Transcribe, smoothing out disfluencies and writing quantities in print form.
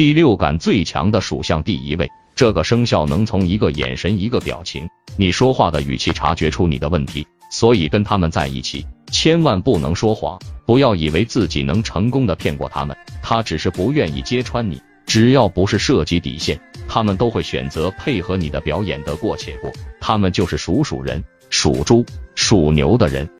第六感最强的属相第一位，这个生肖能从一个眼神、一个表情、你说话的语气察觉出你的问题，所以跟他们在一起，千万不能说谎，不要以为自己能成功的骗过他们，他只是不愿意揭穿你，只要不是涉及底线，他们都会选择配合你的表演，得过且过。他们就是属人、属猪、属牛的人。